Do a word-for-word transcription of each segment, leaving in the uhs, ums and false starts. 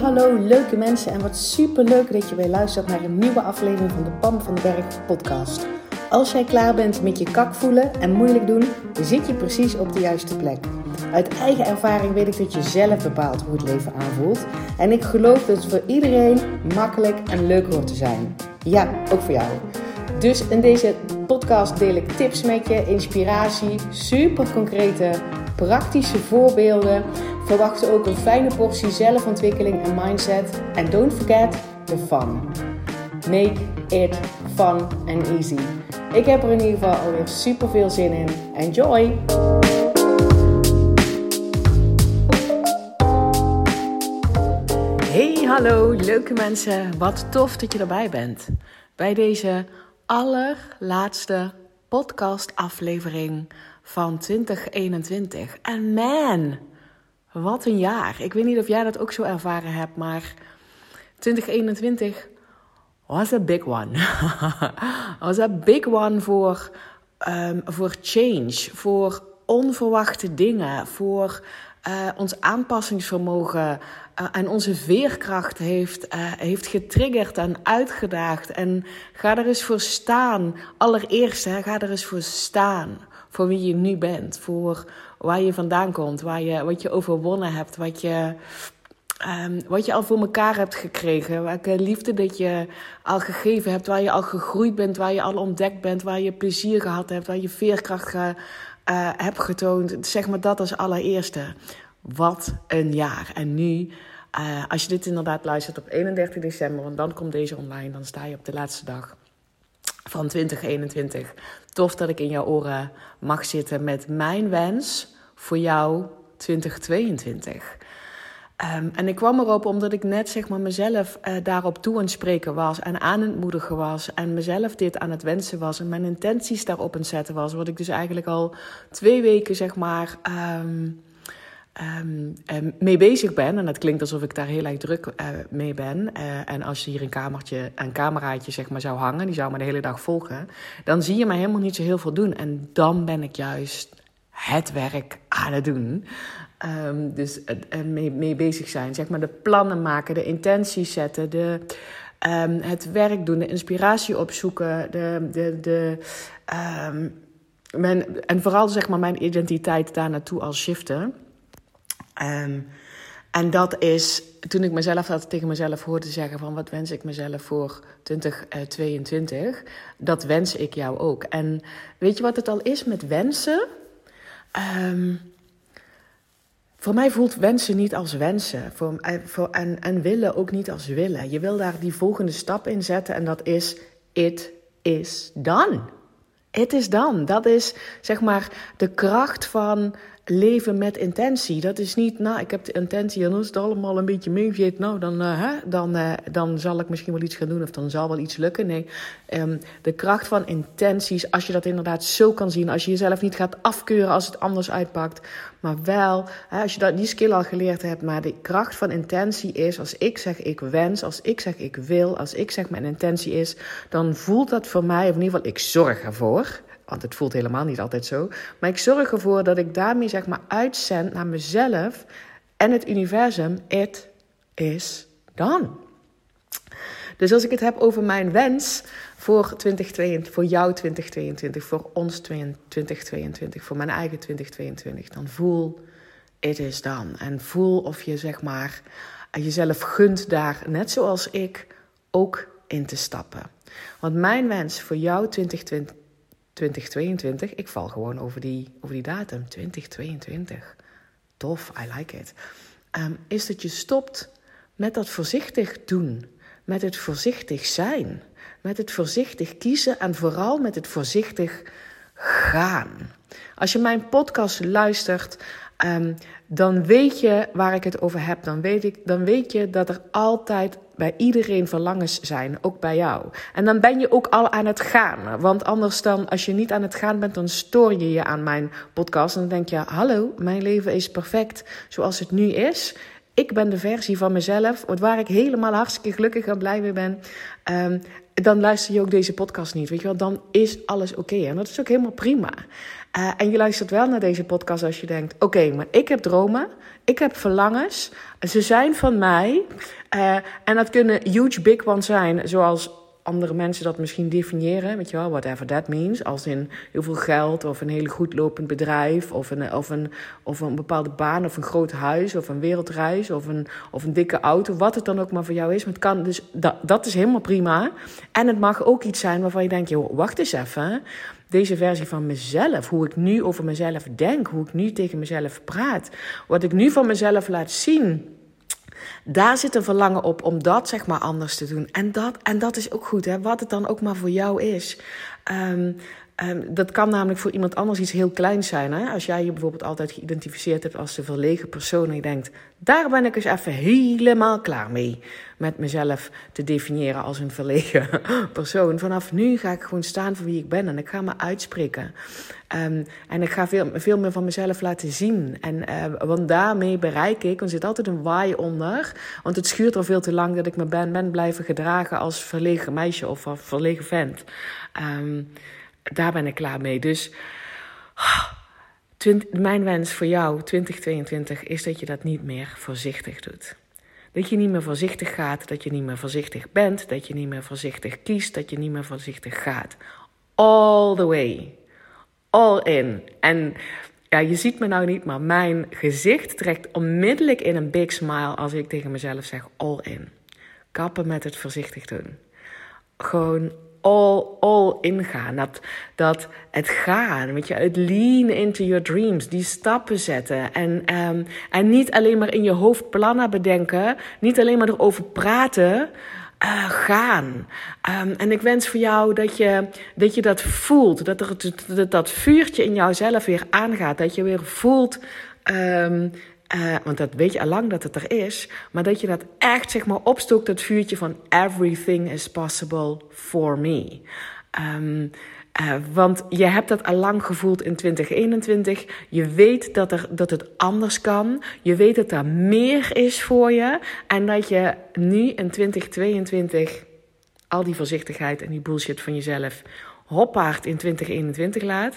hallo leuke mensen en wat super leuk dat je weer luistert naar een nieuwe aflevering van de Pam van den Berg podcast. Als jij klaar bent met je kak voelen en moeilijk doen, dan zit je precies op de juiste plek. Uit eigen ervaring weet ik dat je zelf bepaalt hoe het leven aanvoelt. En ik geloof dat het voor iedereen makkelijk en leuk hoort te zijn. Ja, ook voor jou. Dus in deze podcast deel ik tips met je, inspiratie, super concrete, praktische voorbeelden. Verwacht ook een fijne portie zelfontwikkeling en mindset. En don't forget the fun. Make it fun and easy. Ik heb er in ieder geval alweer super veel zin in. Enjoy! Hey, hallo leuke mensen. Wat tof dat je erbij bent. Bij deze allerlaatste podcastaflevering van twintig eenentwintig. En man, wat een jaar. Ik weet niet of jij dat ook zo ervaren hebt, maar twintig eenentwintig was a big one. was a big one voor, um, voor change, voor onverwachte dingen, voor uh, ons aanpassingsvermogen uh, en onze veerkracht heeft, uh, heeft getriggerd en uitgedaagd. En ga er eens voor staan. Allereerst, hè, ga er eens voor staan. Voor wie je nu bent, voor waar je vandaan komt, waar je, wat je overwonnen hebt, wat je, um, wat je al voor elkaar hebt gekregen, welke liefde dat je al gegeven hebt, waar je al gegroeid bent, waar je al ontdekt bent, waar je plezier gehad hebt, waar je veerkracht ge, uh, hebt getoond. Zeg maar dat als allereerste. Wat een jaar. En nu, uh, als je dit inderdaad luistert op eenendertig december, want dan komt deze online, dan sta je op de laatste dag van twintig eenentwintig. Tof dat ik in jouw oren mag zitten met mijn wens voor jou twintig tweeëntwintig. Um, en ik kwam erop omdat ik net zeg maar mezelf uh, daarop toe aan het spreken was en aan het moedigen was en mezelf dit aan het wensen was en mijn intenties daarop aan het zetten was. Wat ik dus eigenlijk al twee weken zeg maar Um, Um, um, mee bezig ben. En dat klinkt alsof ik daar heel erg druk uh, mee ben. Uh, en als je hier een kamertje, een cameraatje zeg maar zou hangen, die zou me de hele dag volgen, dan zie je mij helemaal niet zo heel veel doen. En dan ben ik juist het werk aan het doen. Um, dus uh, mee, mee bezig zijn. Zeg maar de plannen maken, de intenties zetten, de, um, het werk doen, de inspiratie opzoeken, de, de, de um, mijn, en vooral zeg maar mijn identiteit daar naartoe al shiften. Um, en dat is, toen ik mezelf dat tegen mezelf hoorde zeggen van wat wens ik mezelf voor twintig tweeëntwintig, dat wens ik jou ook. En weet je wat het al is met wensen? Um, voor mij voelt wensen niet als wensen voor, voor, en, en willen ook niet als willen. Je wil daar die volgende stap in zetten en dat is it is done. It is done. Dat is zeg maar de kracht van leven met intentie. Dat is niet, nou, ik heb de intentie en als het allemaal een beetje meezit, nou, dan, uh, hè, dan, uh, dan zal ik misschien wel iets gaan doen of dan zal wel iets lukken. Nee, um, de kracht van intenties, als je dat inderdaad zo kan zien, als je jezelf niet gaat afkeuren als het anders uitpakt, maar wel, hè, als je dat, die skill al geleerd hebt, maar de kracht van intentie is, als ik zeg ik wens, als ik zeg ik wil, als ik zeg mijn intentie is, dan voelt dat voor mij, of in ieder geval ik zorg ervoor, want het voelt helemaal niet altijd zo. Maar ik zorg ervoor dat ik daarmee zeg maar uitzend naar mezelf en het universum. It is done. Dus als ik het heb over mijn wens voor, twintig tweeëntwintig, voor jou twintig tweeëntwintig, voor ons twintig tweeëntwintig, voor mijn eigen twintig tweeëntwintig, dan voel it is done. En voel of je zeg maar jezelf gunt daar, net zoals ik, ook in te stappen. Want mijn wens voor jou twintig tweeëntwintig, ik val gewoon over die, over die datum, twintig tweeëntwintig. Tof, I like it. Um, is dat je stopt met dat voorzichtig doen, met het voorzichtig zijn, met het voorzichtig kiezen en vooral met het voorzichtig gaan. Als je mijn podcast luistert, um, dan weet je waar ik het over heb. Dan weet, ik, dan weet je dat er altijd bij iedereen verlangens zijn, ook bij jou. En dan ben je ook al aan het gaan. Want anders dan, als je niet aan het gaan bent, dan stoor je je aan mijn podcast. En dan denk je, hallo, mijn leven is perfect zoals het nu is. Ik ben de versie van mezelf, waar ik helemaal hartstikke gelukkig en blij mee ben. Um, dan luister je ook deze podcast niet. Weet je wel, dan is alles oké. Okay. En dat is ook helemaal prima. Uh, en je luistert wel naar deze podcast als je denkt, oké, okay, maar ik heb dromen. Ik heb verlangens. Ze zijn van mij. Uh, en dat kunnen huge big ones zijn, zoals andere mensen dat misschien definiëren, weet je wel, whatever that means, als in heel veel geld of een heel goed lopend bedrijf of een, of een, of een bepaalde baan of een groot huis of een wereldreis of een, of een dikke auto, wat het dan ook maar voor jou is. Maar het kan dus, dat, dat is helemaal prima. En het mag ook iets zijn waarvan je denkt, joh, wacht eens even, deze versie van mezelf, hoe ik nu over mezelf denk, hoe ik nu tegen mezelf praat, wat ik nu van mezelf laat zien, daar zit een verlangen op om dat zeg maar anders te doen. En dat, en dat is ook goed, hè? Wat het dan ook maar voor jou is. Um, um, dat kan namelijk voor iemand anders iets heel kleins zijn. Hè? Als jij je bijvoorbeeld altijd geïdentificeerd hebt als de verlegen persoon en je denkt, daar ben ik eens even helemaal klaar mee. Met mezelf te definiëren als een verlegen persoon. Vanaf nu ga ik gewoon staan voor wie ik ben en ik ga me uitspreken. Um, en ik ga veel, veel meer van mezelf laten zien. En, uh, want daarmee bereik ik, er zit altijd een waai onder. Want het schuurt al veel te lang dat ik me ben, ben blijven gedragen als verlegen meisje of als verlegen vent. Um, daar ben ik klaar mee. Dus twint, mijn wens voor jou twintig tweeëntwintig is dat je dat niet meer voorzichtig doet. Dat je niet meer voorzichtig gaat, dat je niet meer voorzichtig bent, dat je niet meer voorzichtig kiest, dat je niet meer voorzichtig gaat. All the way. All in. En ja, je ziet me nou niet, maar mijn gezicht trekt onmiddellijk in een big smile als ik tegen mezelf zeg all in. Kappen met het voorzichtig doen. Gewoon all, all in gaan. Dat, dat het gaan, weet je, het lean into your dreams. Die stappen zetten. En, um, en niet alleen maar in je hoofd plannen bedenken. Niet alleen maar erover praten. Uh, gaan. Um, en ik wens voor jou dat je dat, je dat voelt. Dat, er, dat dat vuurtje in jouzelf weer aangaat. Dat je weer voelt. Um, uh, want dat weet je al lang dat het er is. Maar dat je dat echt zeg maar opstookt. Dat vuurtje van everything is possible for me. Um, Uh, want je hebt dat al lang gevoeld in twintig eenentwintig. Je weet dat, er, dat het anders kan. Je weet dat er meer is voor je. En dat je nu in twintig tweeëntwintig al die voorzichtigheid en die bullshit van jezelf hoppaard in twintig eenentwintig laat.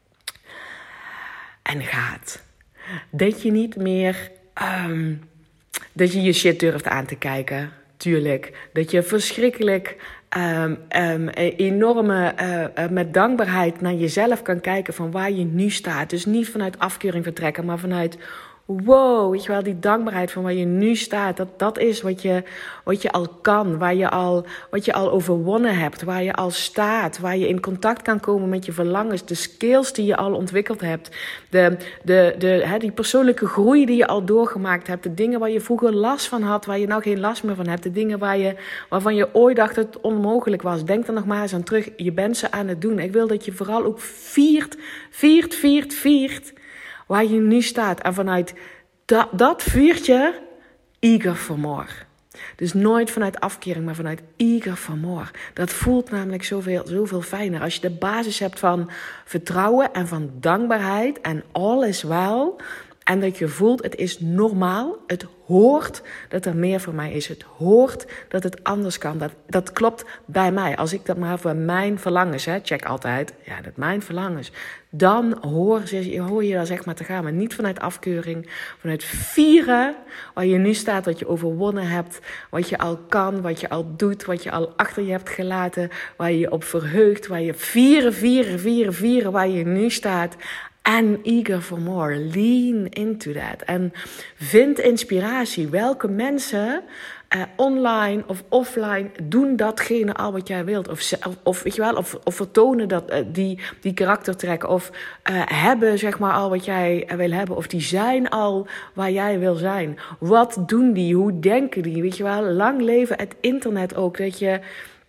En gaat. Dat je niet meer... Um, dat je je shit durft aan te kijken. Tuurlijk. Dat je verschrikkelijk... Um, um, enorme uh, uh, met dankbaarheid naar jezelf kan kijken van waar je nu staat. Dus niet vanuit afkeuring vertrekken, maar vanuit wow, weet je wel, die dankbaarheid van waar je nu staat. Dat, dat is wat je, wat je al kan, waar je al, wat je al overwonnen hebt, waar je al staat, waar je in contact kan komen met je verlangens, de skills die je al ontwikkeld hebt, de, de, de, hè, die persoonlijke groei die je al doorgemaakt hebt, de dingen waar je vroeger last van had, waar je nou geen last meer van hebt, de dingen waar je, waarvan je ooit dacht dat het onmogelijk was. Denk er nog maar eens aan terug, je bent ze aan het doen. Ik wil dat je vooral ook viert, viert, viert, viert, waar je nu staat. En vanuit dat, dat vuurtje, eager for more. Dus nooit vanuit afkering, maar vanuit eager for more. Dat voelt namelijk zoveel, zoveel fijner. Als je de basis hebt van vertrouwen en van dankbaarheid en all is well. En dat je voelt, het is normaal, het hoort dat er meer voor mij is. Het hoort dat het anders kan. Dat, dat klopt bij mij. Als ik dat maar voor mijn verlangens, hè, check altijd, ja, dat mijn verlangens. Dan hoor, hoor je daar zeg maar te gaan. Maar niet vanuit afkeuring, vanuit vieren waar je nu staat, wat je overwonnen hebt. Wat je al kan, wat je al doet, wat je al achter je hebt gelaten. Waar je je op verheugt, waar je vieren, vieren, vieren, vieren, waar je nu staat. En eager for more. Lean into that. En vind inspiratie. Welke mensen uh, online of offline doen datgene al wat jij wilt. Of, of, of weet je wel, of, of vertonen dat, uh, die, die karaktertrekken. Of uh, hebben zeg maar al wat jij wil hebben. Of die zijn al waar jij wil zijn. Wat doen die? Hoe denken die? Weet je wel, lang leven het internet ook. Dat je...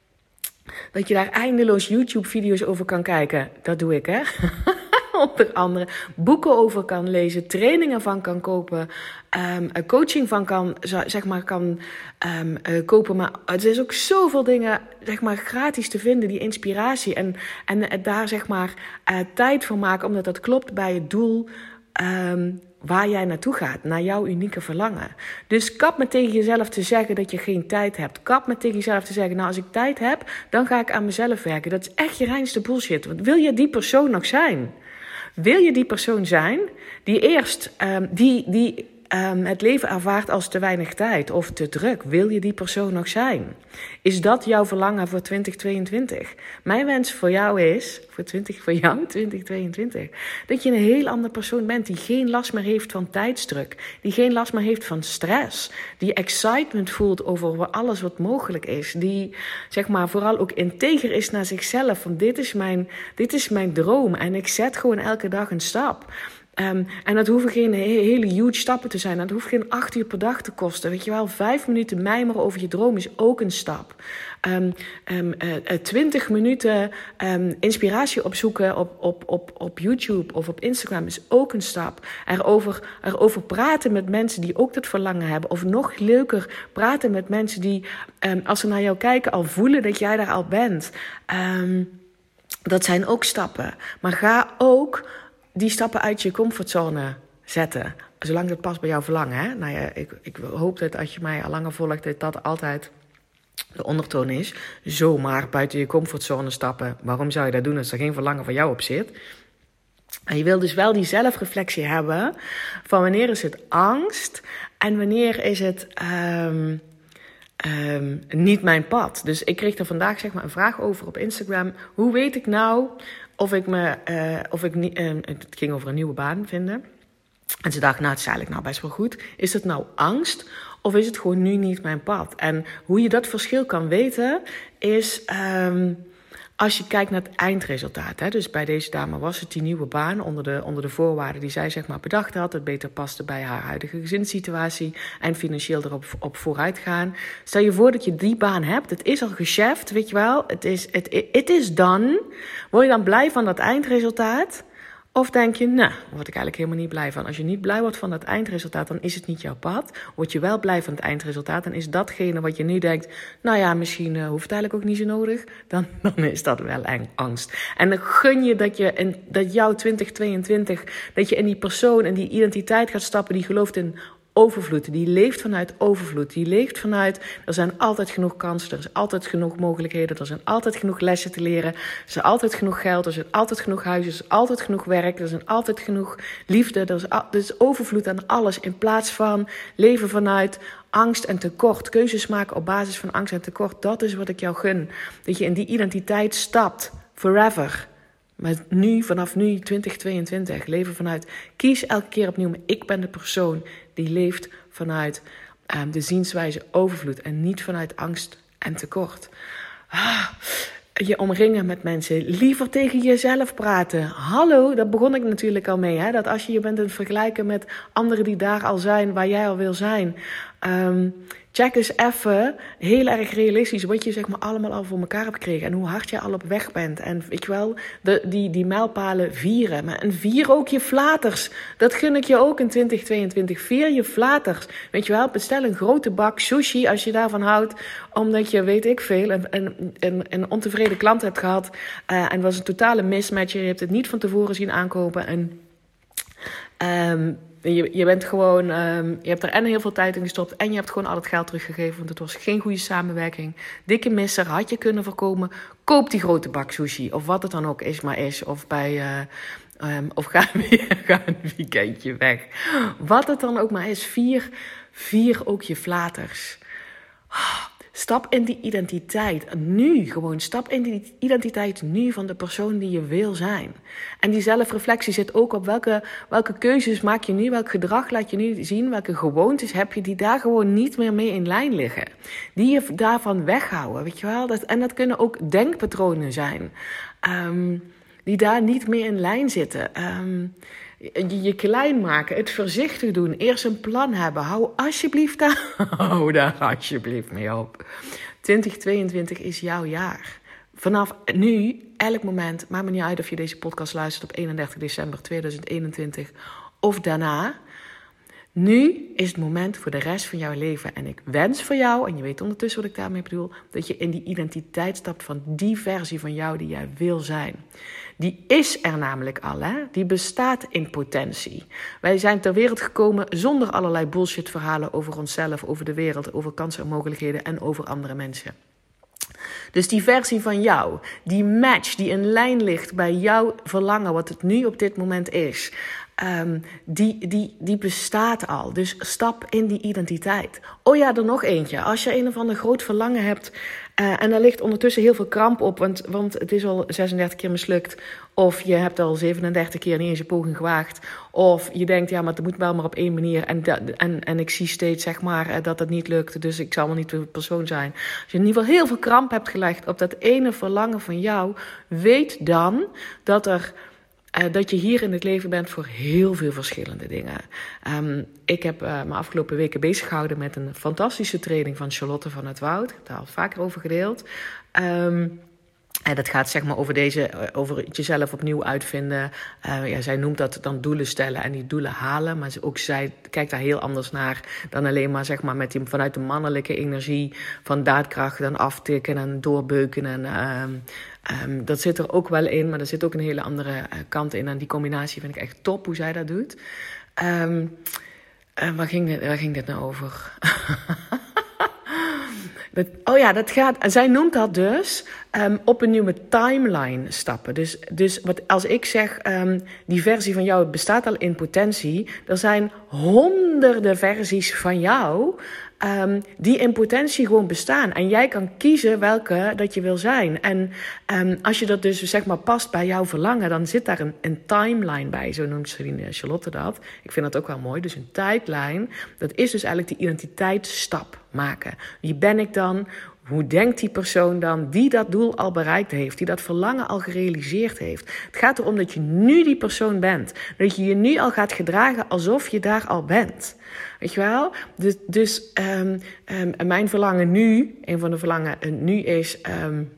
Dat je daar eindeloos YouTube-video's over kan kijken. Dat doe ik, hè? Onder andere boeken over kan lezen, trainingen van kan kopen, um, coaching van kan, zeg maar, kan um, uh, kopen. Maar er is ook zoveel dingen, zeg maar, gratis te vinden, die inspiratie. En, en uh, daar, zeg maar, uh, tijd voor maken, omdat dat klopt bij het doel um, waar jij naartoe gaat, naar jouw unieke verlangen. Dus kap met tegen jezelf te zeggen dat je geen tijd hebt. Kap met tegen jezelf te zeggen, nou als ik tijd heb, dan ga ik aan mezelf werken. Dat is echt je reinste bullshit. Want wil je die persoon nog zijn? Wil je die persoon zijn die eerst um, die, die um, het leven ervaart als te weinig tijd of te druk? Wil je die persoon nog zijn? Is dat jouw verlangen voor twintig tweeëntwintig? Mijn wens voor jou is, voor, twintig, voor jou twintig tweeëntwintig, dat je een heel andere persoon bent die geen last meer heeft van tijdsdruk, die geen last meer heeft van stress, die excitement voelt over alles wat mogelijk is, die zeg maar vooral ook integer is naar zichzelf, van dit is mijn, dit is mijn droom en ik zet gewoon elke dag een stap. Um, en dat hoeven geen hele huge stappen te zijn. Dat hoeft geen acht uur per dag te kosten. Weet je wel, vijf minuten mijmeren over je droom is ook een stap. Um, um, uh, uh, twintig minuten um, inspiratie opzoeken op, op, op, op YouTube of op Instagram is ook een stap. Erover, erover praten met mensen die ook dat verlangen hebben. Of nog leuker, praten met mensen die, um, als ze naar jou kijken, al voelen dat jij daar al bent. Um, dat zijn ook stappen. Maar ga ook die stappen uit je comfortzone zetten. Zolang dat past bij jouw verlangen. Hè? Nou ja, ik, ik hoop dat als je mij al langer volgt, dat dat altijd de ondertoon is. Zomaar buiten je comfortzone stappen. Waarom zou je dat doen als er geen verlangen van jou op zit? En je wil dus wel die zelfreflectie hebben van wanneer is het angst en wanneer is het Um, Um, niet mijn pad. Dus ik kreeg er vandaag zeg maar een vraag over op Instagram. Hoe weet ik nou of ik me, uh, of ik niet, uh, het ging over een nieuwe baan vinden. En ze dacht, nou het is eigenlijk nou best wel goed. Is het nou angst of is het gewoon nu niet mijn pad? En hoe je dat verschil kan weten is Um, als je kijkt naar het eindresultaat, hè, dus bij deze dame was het die nieuwe baan onder de, onder de voorwaarden die zij zeg maar bedacht had, dat beter paste bij haar huidige gezinssituatie en financieel erop op vooruit gaan. Stel je voor dat je die baan hebt, het is al gecheft, weet je wel, het is, het, it is done. Word je dan blij van dat eindresultaat? Of denk je, nou, daar word ik eigenlijk helemaal niet blij van. Als je niet blij wordt van dat eindresultaat, dan is het niet jouw pad. Word je wel blij van het eindresultaat, dan is datgene wat je nu denkt, nou ja, misschien uh, hoeft het eigenlijk ook niet zo nodig. Dan, dan is dat wel eng, angst. En dan gun je dat, je in, dat jouw twintig tweeëntwintig, dat je in die persoon, in die identiteit gaat stappen die gelooft in overvloed, die leeft vanuit overvloed. Die leeft vanuit, er zijn altijd genoeg kansen, er is altijd genoeg mogelijkheden, er zijn altijd genoeg lessen te leren, er is altijd genoeg geld, er is altijd genoeg huizen, er is altijd genoeg werk, er is altijd genoeg liefde, er is, er is overvloed aan alles, in plaats van leven vanuit angst en tekort, keuzes maken op basis van angst en tekort. Dat is wat ik jou gun, dat je in die identiteit stapt, forever. Maar nu, vanaf nu, twintig tweeëntwintig, leven vanuit, kies elke keer opnieuw, maar ik ben de persoon die leeft vanuit um, de zienswijze overvloed en niet vanuit angst en tekort. Ah, je omringen met mensen, liever tegen jezelf praten. Hallo, daar begon ik natuurlijk al mee, hè? Dat als je je bent aan het vergelijken met anderen die daar al zijn, waar jij al wil zijn. Um, check eens even, heel erg realistisch, wat je zeg maar allemaal al voor elkaar hebt gekregen. En hoe hard je al op weg bent. En weet je wel, de, die, die mijlpalen vieren. Maar en vier ook je flaters. Dat gun ik je ook in twintig tweeëntwintig. Vier je flaters. Weet je wel, bestel een grote bak sushi als je daarvan houdt. Omdat je, weet ik veel, een, een, een, een ontevreden klant hebt gehad. Uh, en het was een totale mismatch. Je hebt het niet van tevoren zien aankopen. En Um, Je, je bent gewoon, um, je hebt er en heel veel tijd in gestopt en je hebt gewoon al het geld teruggegeven, want het was geen goede samenwerking. Dikke misser, had je kunnen voorkomen. Koop die grote bak sushi, of wat het dan ook is maar is. Of, bij, uh, um, of ga, ga een weekendje weg. Wat het dan ook maar is, vier, vier ook je flaters. Stap in die identiteit nu, gewoon stap in die identiteit nu van de persoon die je wil zijn. En die zelfreflectie zit ook op welke, welke keuzes maak je nu, welk gedrag laat je nu zien, welke gewoontes heb je die daar gewoon niet meer mee in lijn liggen. Die je daarvan weghouden, weet je wel. Dat, en dat kunnen ook denkpatronen zijn, um, die daar niet meer in lijn zitten. Um, Je, je klein maken, het voorzichtig doen, eerst een plan hebben. Hou alsjeblieft daar, hou daar alsjeblieft mee op. twintig tweeëntwintig is jouw jaar. Vanaf nu, elk moment, maakt me niet uit of je deze podcast luistert op eenendertig december tweeduizend eenentwintig of daarna. Nu is het moment voor de rest van jouw leven. En ik wens voor jou, en je weet ondertussen wat ik daarmee bedoel, dat je in die identiteit stapt van die versie van jou die jij wil zijn. Die is er namelijk al, hè? Die bestaat in potentie. Wij zijn ter wereld gekomen zonder allerlei bullshit verhalen over onszelf, over de wereld, over kansen en mogelijkheden en over andere mensen. Dus die versie van jou, die match, die in lijn ligt bij jouw verlangen, wat het nu op dit moment is, um, die, die, die bestaat al. Dus stap in die identiteit. Oh ja, er nog eentje. Als je een of ander groot verlangen hebt uh, en er ligt ondertussen heel veel kramp op, want, want het is al zesendertig keer mislukt, of je hebt al zevenendertig keer niet eens een poging gewaagd, of je denkt, ja, maar het moet wel maar op één manier, en, en, en ik zie steeds, zeg maar, dat het niet lukt, dus ik zal wel niet de persoon zijn. Als je in ieder geval heel veel kramp hebt gelegd op dat ene verlangen van jou, weet dan dat er Uh, dat je hier in het leven bent voor heel veel verschillende dingen. Um, ik heb uh, me afgelopen weken bezig gehouden met een fantastische training van Charlotte van het Woud. Ik heb daar al vaker over gedeeld. Um, En dat gaat zeg maar over deze, over jezelf opnieuw uitvinden. Uh, ja, zij noemt dat dan doelen stellen en die doelen halen. Maar ook zij kijkt daar heel anders naar dan alleen maar zeg maar met die, vanuit de mannelijke energie van daadkracht en aftikken en doorbeuken. En, um, um, dat zit er ook wel in, maar er zit ook een hele andere uh, kant in. En die combinatie vind ik echt top hoe zij dat doet. Um, uh, waar, ging dit, waar ging dit nou over? Dat, oh ja, dat gaat. Zij noemt dat dus um, op een nieuwe timeline stappen. Dus, dus wat als ik zeg, um, die versie van jou bestaat al in potentie. Er zijn honderden versies van jou um, die in potentie gewoon bestaan. En jij kan kiezen welke dat je wil zijn. En um, als je dat dus zeg maar past bij jouw verlangen, dan zit daar een, een timeline bij. Zo noemt Charlotte dat. Ik vind dat ook wel mooi. Dus een tijdlijn. Dat is dus eigenlijk die identiteitsstap maken. Wie ben ik dan? Hoe denkt die persoon dan die dat doel al bereikt heeft, die dat verlangen al gerealiseerd heeft? Het gaat erom dat je nu die persoon bent. Dat je je nu al gaat gedragen alsof je daar al bent. Weet je wel? Dus, dus um, um, mijn verlangen nu, een van de verlangen uh, nu is, um,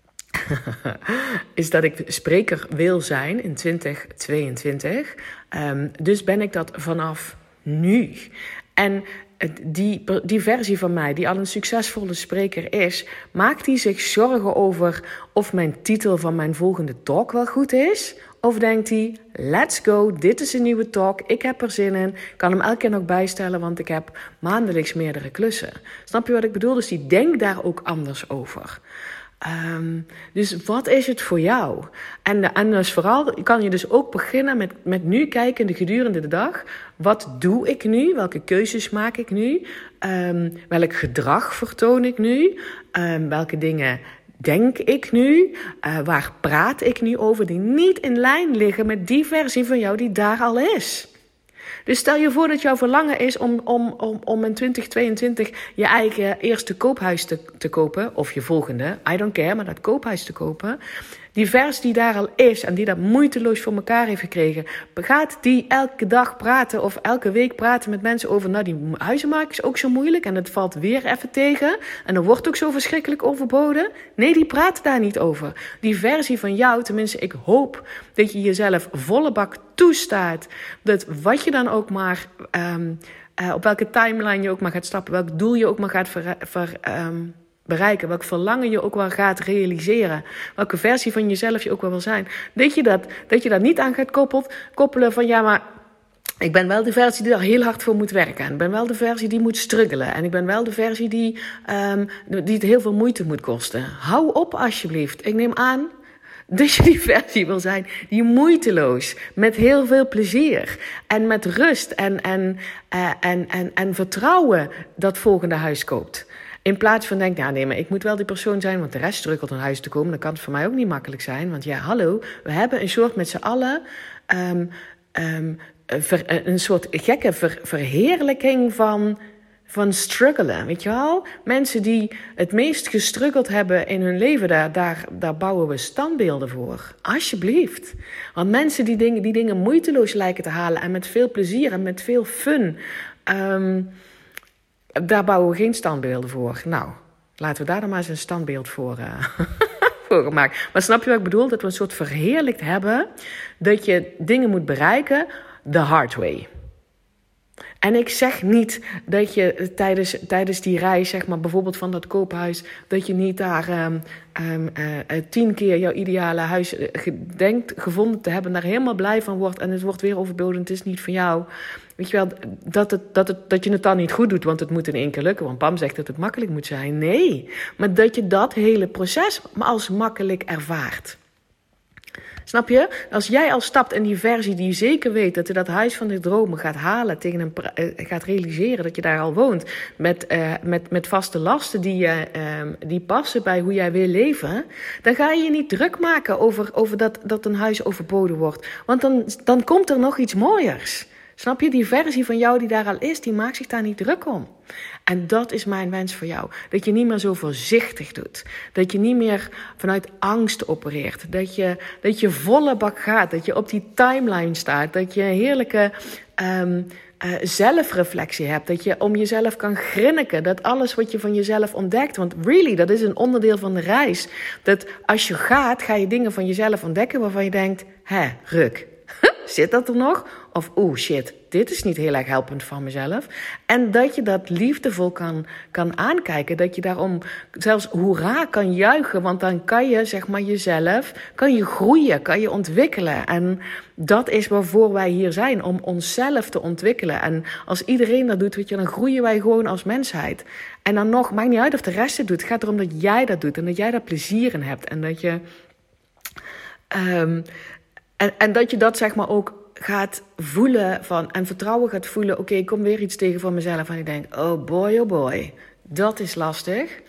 is dat ik spreker wil zijn in twintig tweeëntwintig. Um, dus ben ik dat vanaf nu. En Die, die versie van mij, die al een succesvolle spreker is, maakt die zich zorgen over of mijn titel van mijn volgende talk wel goed is? Of denkt hij, let's go, dit is een nieuwe talk, ik heb er zin in, ik kan hem elke keer nog bijstellen, want ik heb maandelijks meerdere klussen. Snap je wat ik bedoel? Dus die denkt daar ook anders over. Um, dus wat is het voor jou? En, en dus vooral kan je dus ook beginnen met, met nu kijken de gedurende de dag. Wat doe ik nu? Welke keuzes maak ik nu? Um, welk gedrag vertoon ik nu? Um, welke dingen denk ik nu? Uh, waar praat ik nu over die niet in lijn liggen met die versie van jou die daar al is? Dus stel je voor dat jouw verlangen is om, om, om, om in twintig tweeëntwintig je eigen eerste koophuis te, te kopen. Of je volgende, I don't care, maar dat koophuis te kopen. Die vers die daar al is en die dat moeiteloos voor elkaar heeft gekregen. Gaat die elke dag praten of elke week praten met mensen over, nou die huizenmarkt is ook zo moeilijk en het valt weer even tegen. En er wordt ook zo verschrikkelijk overboden. Nee, die praten daar niet over. Die versie van jou, tenminste ik hoop dat je jezelf volle bak toestaat. Dat wat je dan ook maar, um, uh, op welke timeline je ook maar gaat stappen, welk doel je ook maar gaat ver, ver, um, bereiken, welk verlangen je ook wel gaat realiseren, welke versie van jezelf je ook wel wil zijn, dat je dat, dat je dat niet aan gaat koppelt, koppelen van ja, maar ik ben wel de versie die er heel hard voor moet werken. En ik ben wel de versie die moet struggelen. En ik ben wel de versie die, um, die het heel veel moeite moet kosten. Hou op alsjeblieft. Ik neem aan dat je die versie wil zijn die moeiteloos, met heel veel plezier en met rust en, en, uh, en, en, en vertrouwen dat volgende huis koopt. In plaats van denk, ja nee, maar ik moet wel die persoon zijn, want de rest strukkelt naar huis te komen. Dan kan het voor mij ook niet makkelijk zijn. Want ja, hallo, we hebben een soort met z'n allen um, um, ver, een soort gekke ver, verheerlijking van, van struggelen. Weet je wel? Mensen die het meest gestruggeld hebben in hun leven, daar, daar, daar bouwen we standbeelden voor. Alsjeblieft. Want mensen die dingen, die dingen moeiteloos lijken te halen en met veel plezier en met veel fun, Um, daar bouwen we geen standbeelden voor. Nou, laten we daar dan maar eens een standbeeld voor, uh, voor maken. Maar snap je wat ik bedoel? Dat we een soort verheerlijkt hebben dat je dingen moet bereiken the hard way. En ik zeg niet dat je tijdens, tijdens die reis, zeg maar bijvoorbeeld van dat koophuis, dat je niet daar um, um, uh, uh, tien keer jouw ideale huis denkt gevonden te hebben, daar helemaal blij van wordt en het wordt weer overboden, het is niet van jou. Weet je wel, dat, het, dat, het, dat je het dan niet goed doet, want het moet in één keer lukken. Want Pam zegt dat het makkelijk moet zijn. Nee, maar dat je dat hele proces als makkelijk ervaart. Snap je? Als jij al stapt in die versie die je zeker weet dat je dat huis van de dromen gaat halen, tegen een, uh, gaat realiseren dat je daar al woont, met, uh, met, met vaste lasten die, uh, um, die passen bij hoe jij wil leven, dan ga je je niet druk maken over, over dat, dat een huis overboden wordt. Want dan, dan komt er nog iets mooiers. Snap je? Die versie van jou die daar al is, die maakt zich daar niet druk om. En dat is mijn wens voor jou. Dat je niet meer zo voorzichtig doet. Dat je niet meer vanuit angst opereert. Dat je, dat je volle bak gaat. Dat je op die timeline staat. Dat je een heerlijke um, uh, zelfreflectie hebt. Dat je om jezelf kan grinniken. Dat alles wat je van jezelf ontdekt. Want really, dat is een onderdeel van de reis. Dat als je gaat, ga je dingen van jezelf ontdekken waarvan je denkt, hè, ruk. Zit dat er nog? Of oeh, shit, dit is niet heel erg helpend van mezelf. En dat je dat liefdevol kan, kan aankijken. Dat je daarom zelfs hoera kan juichen. Want dan kan je, zeg maar, jezelf, kan je groeien, kan je ontwikkelen. En dat is waarvoor wij hier zijn, om onszelf te ontwikkelen. En als iedereen dat doet, weet je, dan groeien wij gewoon als mensheid. En dan nog, maakt niet uit of de rest het doet. Het gaat erom dat jij dat doet en dat jij daar plezier in hebt. En dat je... Um, En, en dat je dat, zeg maar, ook gaat voelen van, en vertrouwen gaat voelen. Oké, okay, ik kom weer iets tegen van mezelf en ik denk, oh boy, oh boy, dat is lastig.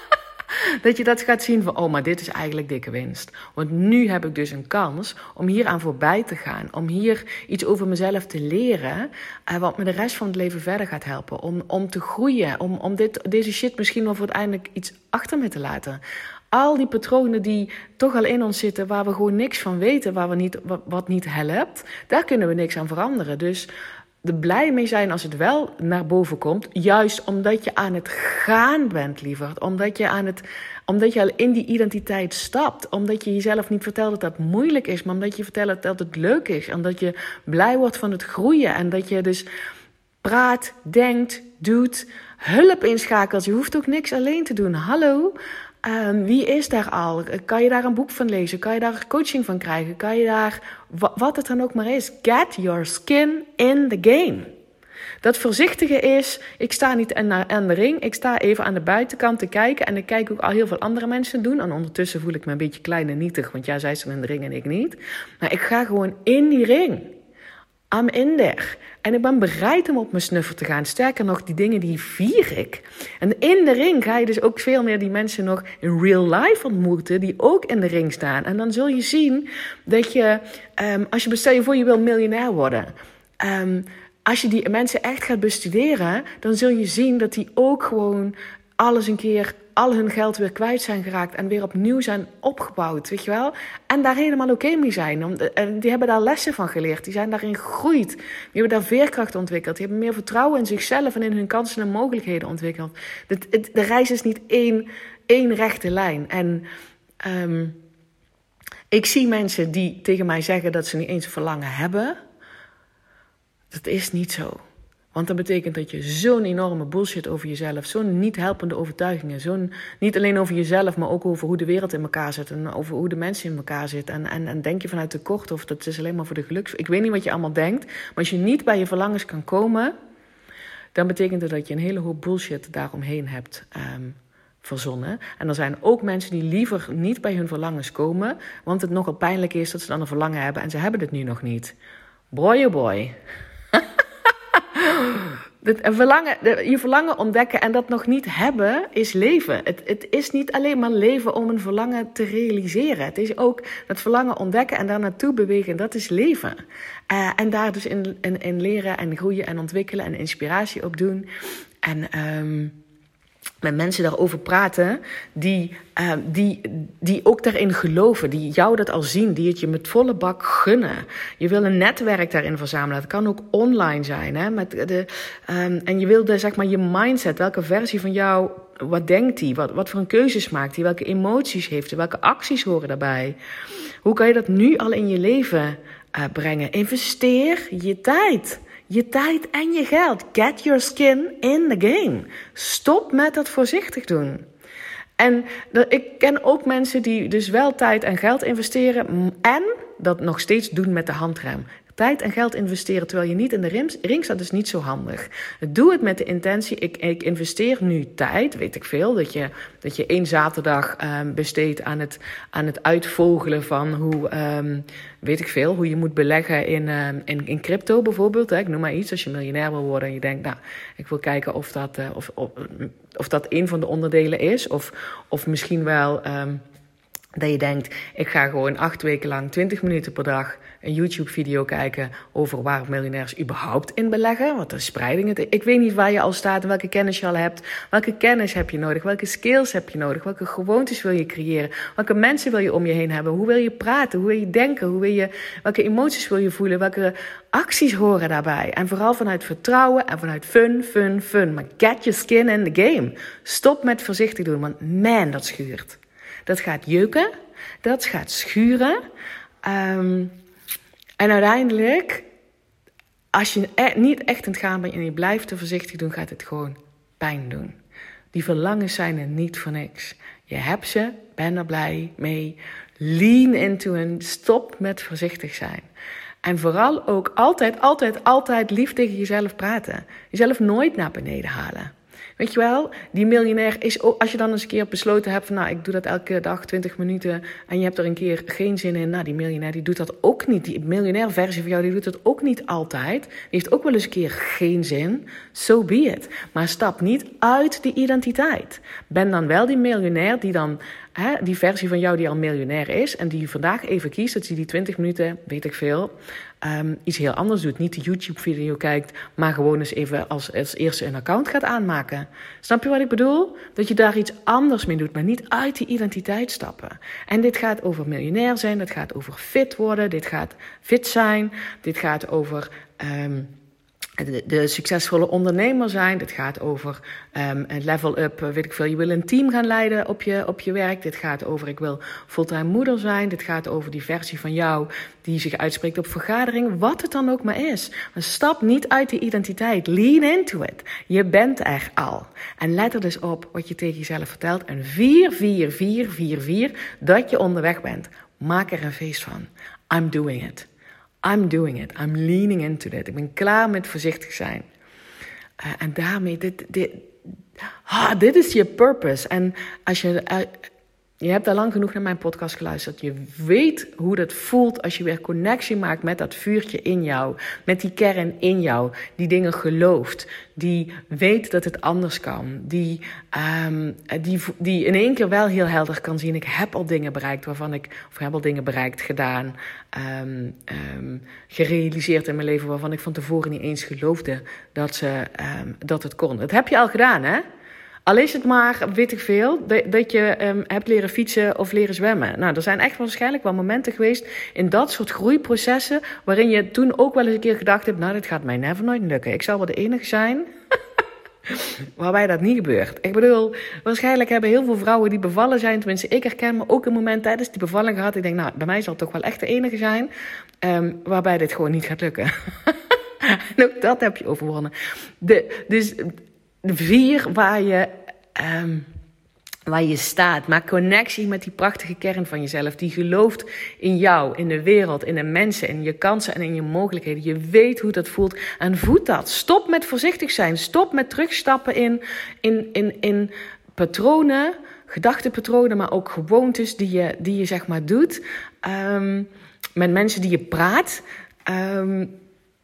Dat je dat gaat zien van, oh, maar dit is eigenlijk dikke winst. Want nu heb ik dus een kans om hier aan voorbij te gaan. Om hier iets over mezelf te leren. Uh, wat me de rest van het leven verder gaat helpen. Om, om te groeien. Om, om dit, deze shit misschien wel voor uiteindelijk iets achter me te laten. Al die patronen die toch al in ons zitten, waar we gewoon niks van weten, waar we niet, wat, wat niet helpt, daar kunnen we niks aan veranderen. Dus er blij mee zijn als het wel naar boven komt, juist omdat je aan het gaan bent, lieverd. Omdat je, aan het, omdat je al in die identiteit stapt. Omdat je jezelf niet vertelt dat dat moeilijk is, maar omdat je vertelt dat het leuk is. Omdat je blij wordt van het groeien en dat je dus praat, denkt, doet, hulp inschakelt. Je hoeft ook niks alleen te doen. Hallo? Um, wie is daar al? Kan je daar een boek van lezen? Kan je daar coaching van krijgen? Kan je daar, wat het dan ook maar is, get your skin in the game. Dat voorzichtige is, ik sta niet aan de ring, ik sta even aan de buitenkant te kijken en ik kijk ook al heel veel andere mensen doen. En ondertussen voel ik me een beetje klein en nietig, want ja, zij staan in de ring en ik niet. Maar ik ga gewoon in die ring. I'm in there. En ik ben bereid om op mijn snuffer te gaan. Sterker nog, die dingen die vier ik. En in de ring ga je dus ook veel meer die mensen nog in real life ontmoeten, die ook in de ring staan. En dan zul je zien dat je, um, als je bestel je voor je wil miljonair worden, um, als je die mensen echt gaat bestuderen, dan zul je zien dat die ook gewoon alles een keer, al hun geld weer kwijt zijn geraakt en weer opnieuw zijn opgebouwd, weet je wel? En daar helemaal oké mee zijn. Die hebben daar lessen van geleerd, die zijn daarin gegroeid. Die hebben daar veerkracht ontwikkeld, die hebben meer vertrouwen in zichzelf en in hun kansen en mogelijkheden ontwikkeld. De, de reis is niet één, één rechte lijn. En um, ik zie mensen die tegen mij zeggen dat ze niet eens verlangen hebben. Dat is niet zo. Want dat betekent dat je zo'n enorme bullshit over jezelf, zo'n niet helpende overtuigingen, zo'n, niet alleen over jezelf, maar ook over hoe de wereld in elkaar zit en over hoe de mensen in elkaar zitten. En, en, en denk je vanuit tekort of dat is alleen maar voor de geluks. Ik weet niet wat je allemaal denkt, maar als je niet bij je verlangens kan komen, dan betekent dat dat je een hele hoop bullshit daaromheen hebt um, verzonnen. En er zijn ook mensen die liever niet bij hun verlangens komen, want het nogal pijnlijk is dat ze dan een verlangen hebben en ze hebben het nu nog niet. Boy oh boy. Het verlangen, je verlangen ontdekken en dat nog niet hebben is leven. Het, het is niet alleen maar leven om een verlangen te realiseren. Het is ook dat verlangen ontdekken en daar naartoe bewegen. Dat is leven. Uh, en daar dus in, in, in leren en groeien en ontwikkelen en inspiratie op doen. En um, met mensen daarover praten die, uh, die, die ook daarin geloven, die jou dat al zien, die het je met volle bak gunnen. Je wil een netwerk daarin verzamelen. Dat kan ook online zijn. Hè? Met de, um, en je wil de, zeg maar, je mindset, welke versie van jou, wat denkt die? Wat, wat voor een keuzes maakt die? Welke emoties heeft hij? Welke acties horen daarbij? Hoe kan je dat nu al in je leven uh, brengen? Investeer je tijd. Je tijd en je geld. Get your skin in the game. Stop met dat voorzichtig doen. En ik ken ook mensen die dus wel tijd en geld investeren en dat nog steeds doen met de handrem. Tijd en geld investeren terwijl je niet in de ring staat is niet zo handig. Doe het met de intentie, ik, ik investeer nu tijd, weet ik veel. Dat je, dat je één zaterdag um, besteedt aan het, aan het uitvogelen van hoe, um, weet ik veel, hoe je moet beleggen in, um, in, in crypto bijvoorbeeld. Hè. Ik noem maar iets, als je miljonair wil worden en je denkt, nou, ik wil kijken of dat, uh, of, of, of dat een van de onderdelen is. Of, of misschien wel um, dat je denkt, ik ga gewoon acht weken lang twintig minuten per dag een YouTube-video kijken over waar miljonairs überhaupt in beleggen. Wat de spreiding is. Ik weet niet waar je al staat en welke kennis je al hebt. Welke kennis heb je nodig? Welke skills heb je nodig? Welke gewoontes wil je creëren? Welke mensen wil je om je heen hebben? Hoe wil je praten? Hoe wil je denken? Hoe wil je, welke emoties wil je voelen? Welke acties horen daarbij? En vooral vanuit vertrouwen en vanuit fun, fun, fun. Maar get your skin in the game. Stop met voorzichtig doen, want man, dat schuurt. Dat gaat jeuken. Dat gaat schuren. Um, En uiteindelijk, als je e- niet echt aan het gaan bent en je blijft te voorzichtig doen, gaat het gewoon pijn doen. Die verlangens zijn er niet voor niks. Je hebt ze, ben er blij mee. Lean into en stop met voorzichtig zijn. En vooral ook altijd, altijd, altijd lief tegen jezelf praten. Jezelf nooit naar beneden halen. Weet je wel, die miljonair is ook, als je dan eens een keer besloten hebt van, nou, ik doe dat elke dag twintig minuten en je hebt er een keer geen zin in. Nou, die miljonair, die doet dat ook niet. Die miljonair versie van jou, die doet dat ook niet altijd. Die heeft ook wel eens een keer geen zin. So be it. Maar stap niet uit die identiteit. Ben dan wel die miljonair die dan, hè, die versie van jou die al miljonair is en die vandaag even kiest dat hij die twintig minuten, weet ik veel, Um, iets heel anders doet. Niet de YouTube-video kijkt, maar gewoon eens even als, als eerste een account gaat aanmaken. Snap je wat ik bedoel? Dat je daar iets anders mee doet, maar niet uit die identiteit stappen. En dit gaat over miljonair zijn, dit gaat over fit worden, dit gaat fit zijn, dit gaat over Um, De, de succesvolle ondernemer zijn. Dit gaat over um, een level-up, weet ik veel. Je wil een team gaan leiden op je, op je werk. Dit gaat over, ik wil fulltime moeder zijn. Dit gaat over die versie van jou die zich uitspreekt op vergadering. Wat het dan ook maar is. Maar stap niet uit die identiteit. Lean into it. Je bent er al. En let er dus op wat je tegen jezelf vertelt. En vier, vier, vier, vier, vier, dat je onderweg bent. Maak er een feest van. I'm doing it. I'm doing it. I'm leaning into it. Ik ben klaar met voorzichtig zijn. Uh, en daarmee, dit, dit, ah, dit is je purpose. En als je, uh, je hebt al lang genoeg naar mijn podcast geluisterd. Je weet hoe dat voelt als je weer connectie maakt met dat vuurtje in jou. Met die kern in jou. Die dingen gelooft. Die weet dat het anders kan. Die, um, die, die in één keer wel heel helder kan zien. Ik heb al dingen bereikt waarvan ik, of heb al dingen bereikt, gedaan. Um, um, gerealiseerd in mijn leven waarvan ik van tevoren niet eens geloofde dat, ze, um, dat het kon. Dat heb je al gedaan, hè? Al is het maar, weet ik veel, dat, dat je um, hebt leren fietsen of leren zwemmen. Nou, er zijn echt waarschijnlijk wel momenten geweest in dat soort groeiprocessen waarin je toen ook wel eens een keer gedacht hebt, nou, dit gaat mij never nooit lukken. Ik zal wel de enige zijn waarbij dat niet gebeurt. Ik bedoel, waarschijnlijk hebben heel veel vrouwen die bevallen zijn, tenminste ik herken me ook een moment tijdens die bevalling gehad. Ik denk, nou, bij mij zal het toch wel echt de enige zijn um, waarbij dit gewoon niet gaat lukken. En ook dat heb je overwonnen. De, dus de vier waar je, um, waar je staat. Maak connectie met die prachtige kern van jezelf. Die gelooft in jou, in de wereld, in de mensen, in je kansen en in je mogelijkheden. Je weet hoe dat voelt en voed dat. Stop met voorzichtig zijn. Stop met terugstappen in, in, in, in patronen, gedachtepatronen, maar ook gewoontes die je, die je zeg maar doet. Um, met mensen die je praat. Um,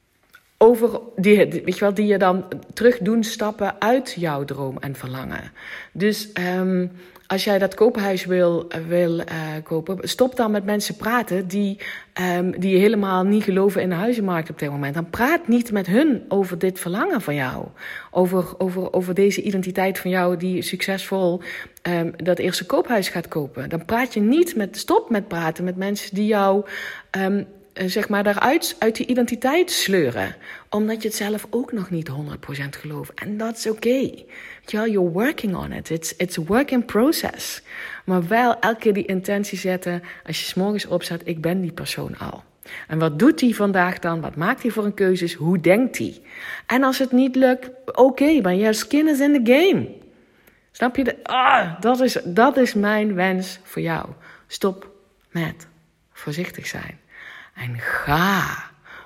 Over die, weet je wel, die je dan terug doen stappen uit jouw droom en verlangen. Dus um, als jij dat koophuis wil, wil uh, kopen, stop dan met mensen praten die, um, die helemaal niet geloven in de huizenmarkt op dit moment. Dan praat niet met hun over dit verlangen van jou. Over, over, over deze identiteit van jou die succesvol um, dat eerste koophuis gaat kopen. Dan praat je niet met, stop met praten met mensen die jou Um, zeg maar daaruit uit die identiteit sleuren. Omdat je het zelf ook nog niet honderd procent gelooft. En dat is oké. Okay. You're working on it. It's, it's a work in process. Maar wel elke keer die intentie zetten. Als je 's morgens opstaat, ik ben die persoon al. En wat doet hij vandaag dan? Wat maakt hij voor een keuzes? Hoe denkt hij? En als het niet lukt, oké, okay, maar je skin is in the game. Snap je? De, ah, dat is, dat is mijn wens voor jou. Stop met voorzichtig zijn. En ga.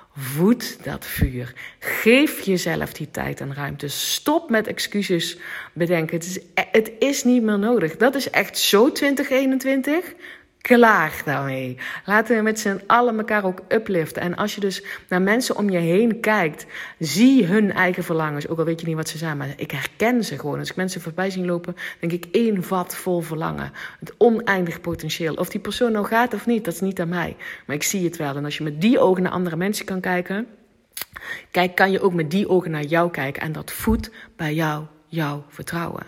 Voed dat vuur. Geef jezelf die tijd en ruimte. Stop met excuses bedenken. Het is, het is niet meer nodig. Dat is echt zo twintig eenentwintig. Klaar daarmee. Laten we met z'n allen elkaar ook upliften. En als je dus naar mensen om je heen kijkt, zie hun eigen verlangens. Ook al weet je niet wat ze zijn, maar ik herken ze gewoon. Als ik mensen voorbij zie lopen, denk ik één vat vol verlangen. Het oneindig potentieel. Of die persoon nou gaat of niet, dat is niet aan mij. Maar ik zie het wel. En als je met die ogen naar andere mensen kan kijken, kijk, kan je ook met die ogen naar jou kijken. En dat voedt bij jou jouw vertrouwen.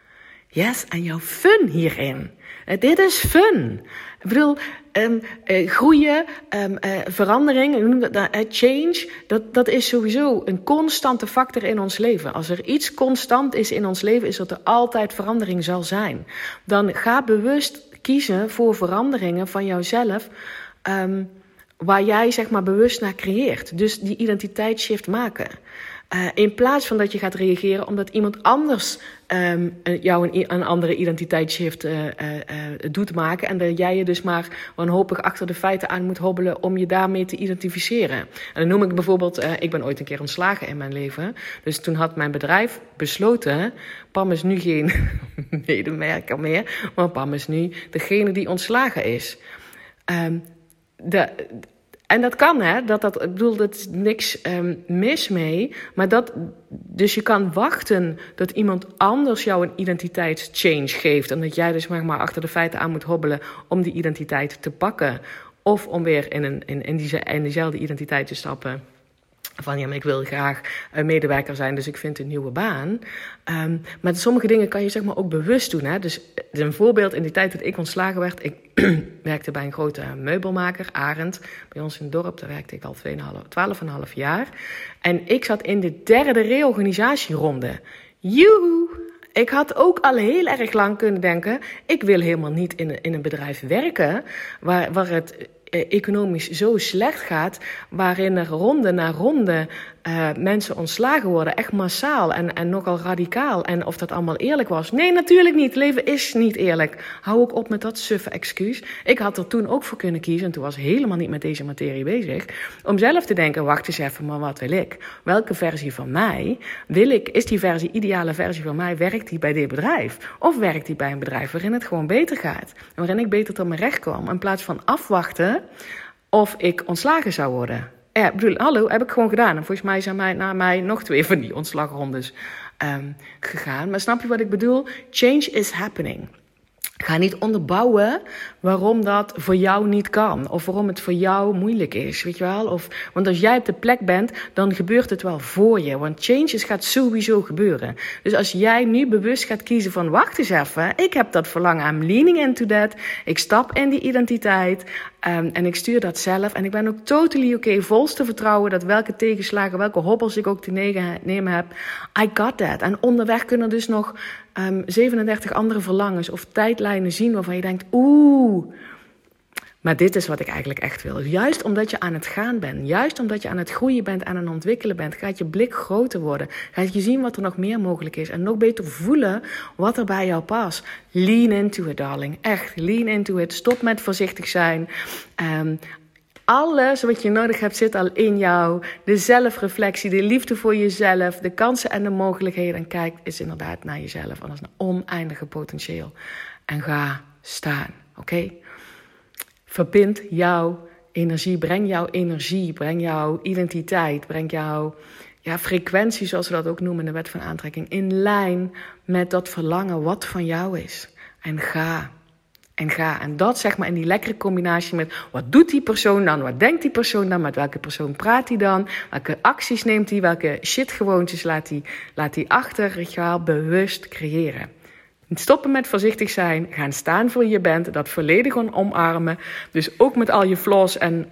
Yes, en jouw fun hierin. Uh, dit is fun. Ik bedoel, um, uh, groeien, um, uh, verandering, hoe noem dat, uh, change, dat, dat is sowieso een constante factor in ons leven. Als er iets constant is in ons leven, is dat er altijd verandering zal zijn. Dan ga bewust kiezen voor veranderingen van jouzelf, um, waar jij zeg maar bewust naar creëert. Dus die identiteitsshift maken. Uh, in plaats van dat je gaat reageren omdat iemand anders um, jou een, een andere identiteitsshift uh, uh, uh, doet maken. En dat jij je dus maar wanhopig achter de feiten aan moet hobbelen om je daarmee te identificeren. En dan noem ik bijvoorbeeld, uh, ik ben ooit een keer ontslagen in mijn leven. Dus toen had mijn bedrijf besloten, Pam is nu geen medewerker meer, maar Pam is nu degene die ontslagen is. Um, de... En dat kan, hè. Dat, dat, ik bedoel, dat is niks um, mis mee. Maar dat, dus je kan wachten dat iemand anders jou een identiteitschange geeft. En dat jij dus maar, maar achter de feiten aan moet hobbelen om die identiteit te pakken. Of om weer in, een, in, in, die, in diezelfde identiteit te stappen. Van ja, maar ik wil graag een medewerker zijn, dus ik vind een nieuwe baan. Um, maar sommige dingen kan je zeg maar ook bewust doen. Hè? Dus een voorbeeld, in die tijd dat ik ontslagen werd, ik werkte bij een grote meubelmaker, Arend. Bij ons in het dorp, daar werkte ik al twaalf komma vijf jaar. En ik zat in de derde reorganisatieronde. Joehoe! Ik had ook al heel erg lang kunnen denken, ik wil helemaal niet in, in een bedrijf werken waar, waar het economisch zo slecht gaat, waarin er ronde na ronde uh, mensen ontslagen worden, echt massaal en, en nogal radicaal. En of dat allemaal eerlijk was? Nee, natuurlijk niet. Het leven is niet eerlijk. Hou ook op met dat suffe excuus. Ik had er toen ook voor kunnen kiezen, en toen was ik helemaal niet met deze materie bezig, om zelf te denken, wacht eens even, maar wat wil ik? Welke versie van mij wil ik? Is die versie, ideale versie van mij, werkt die bij dit bedrijf? Of werkt die bij een bedrijf waarin het gewoon beter gaat? En waarin ik beter tot mijn recht kwam, in plaats van afwachten of ik ontslagen zou worden. Ja, ik bedoel, hallo, heb ik gewoon gedaan. En volgens mij zijn mij, na mij nog twee van die ontslagrondes um, gegaan. Maar snap je wat ik bedoel? Change is happening. Ga niet onderbouwen waarom dat voor jou niet kan. Of waarom het voor jou moeilijk is, weet je wel. Of, want als jij op de plek bent, dan gebeurt het wel voor je. Want changes gaat sowieso gebeuren. Dus als jij nu bewust gaat kiezen van, wacht eens even. Ik heb dat verlangen, I'm leaning into that. Ik stap in die identiteit. Um, en ik stuur dat zelf. En ik ben ook totally oké, okay, volste vertrouwen dat welke tegenslagen, welke hobbels ik ook te nemen heb. I got that. En onderweg kunnen dus nog um, zevenendertig andere verlangens of tijdlijnen zien waarvan je denkt, oeh. Maar dit is wat ik eigenlijk echt wil. Juist omdat je aan het gaan bent, juist omdat je aan het groeien bent, aan het ontwikkelen bent, gaat je blik groter worden. Gaat je zien wat er nog meer mogelijk is en nog beter voelen wat er bij jou past. Lean into it, darling. Echt, lean into it. Stop met voorzichtig zijn. Um, Alles wat je nodig hebt zit al in jou. De zelfreflectie, de liefde voor jezelf, de kansen en de mogelijkheden. En kijk eens inderdaad naar jezelf. En dat is een oneindige potentieel. En ga staan, oké? Okay? Verbind jouw energie, breng jouw energie, breng jouw identiteit, breng jouw ja, frequentie, zoals we dat ook noemen in de wet van aantrekking, in lijn met dat verlangen wat van jou is. En ga. En ga. En dat zeg maar in die lekkere combinatie met wat doet die persoon dan? Wat denkt die persoon dan? Met welke persoon praat hij dan? Welke acties neemt hij? Welke shitgewoontes laat hij, laat hij achter? Weet je wel, bewust creëren. Stoppen met voorzichtig zijn. Gaan staan voor wie je bent. Dat volledig omarmen. Dus ook met al je flaws en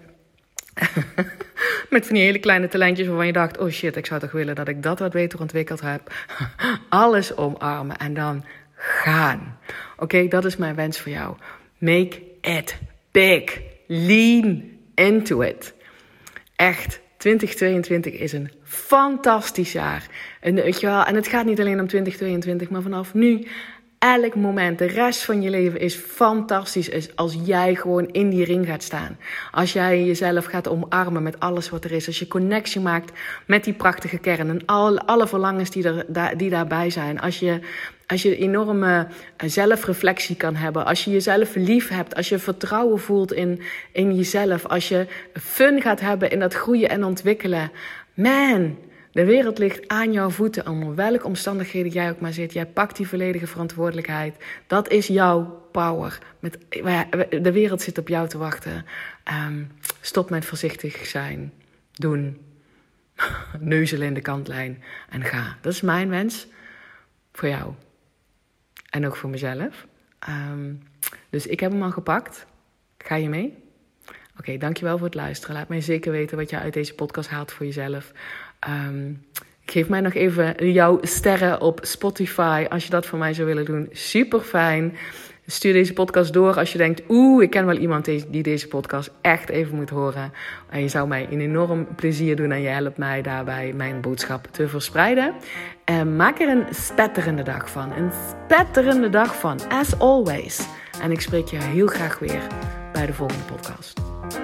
met van die hele kleine talentjes waarvan je dacht, oh shit, ik zou toch willen dat ik dat wat beter ontwikkeld heb. Alles omarmen en dan gaan. Oké, okay, dat is mijn wens voor jou. Make it big. Lean into it. Echt, twintig tweeëntwintig is een fantastisch jaar. En, weet je wel, en het gaat niet alleen om twintig tweeëntwintig, maar vanaf nu, elk moment, de rest van je leven is fantastisch als jij gewoon in die ring gaat staan. Als jij jezelf gaat omarmen met alles wat er is. Als je connectie maakt met die prachtige kern en al, alle verlangens die, er, die daarbij zijn. Als je, als je enorme zelfreflectie kan hebben. Als je jezelf lief hebt. Als je vertrouwen voelt in, in jezelf. Als je fun gaat hebben in dat groeien en ontwikkelen. Man, de wereld ligt aan jouw voeten, onder welke omstandigheden jij ook maar zit. Jij pakt die volledige verantwoordelijkheid. Dat is jouw power. Met, de wereld zit op jou te wachten. Um, stop met voorzichtig zijn. Doen. Neuzelen in de kantlijn. En ga. Dat is mijn wens. Voor jou. En ook voor mezelf. Um, dus ik heb hem al gepakt. Ga je mee? Oké, okay, dankjewel voor het luisteren. Laat mij zeker weten wat je uit deze podcast haalt voor jezelf. Um, geef mij nog even jouw sterren op Spotify als je dat voor mij zou willen doen. Super fijn. Stuur deze podcast door als je denkt, oeh, ik ken wel iemand die deze podcast echt even moet horen. En je zou mij een enorm plezier doen en je helpt mij daarbij mijn boodschap te verspreiden. En maak er een spetterende dag van. Een spetterende dag van, as always. En ik spreek je heel graag weer bij de volgende podcast.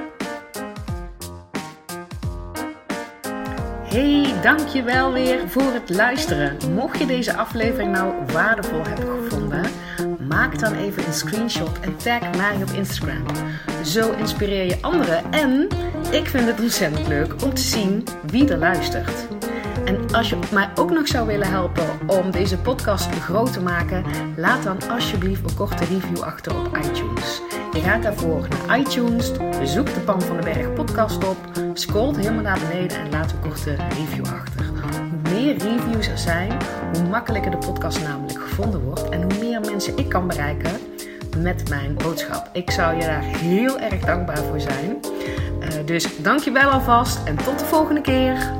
Hey, dankjewel weer voor het luisteren. Mocht je deze aflevering nou waardevol hebben gevonden, maak dan even een screenshot en tag mij op Instagram. Zo inspireer je anderen en ik vind het ontzettend leuk om te zien wie er luistert. En als je mij ook nog zou willen helpen om deze podcast groot te maken, laat dan alsjeblieft een korte review achter op iTunes. Je gaat daarvoor naar iTunes, zoek de Pam van den Berg podcast op, scrolt helemaal naar beneden en laat een korte review achter. Hoe meer reviews er zijn, hoe makkelijker de podcast namelijk gevonden wordt en hoe meer mensen ik kan bereiken met mijn boodschap. Ik zou je daar heel erg dankbaar voor zijn. Uh, dus dank je wel alvast en tot de volgende keer.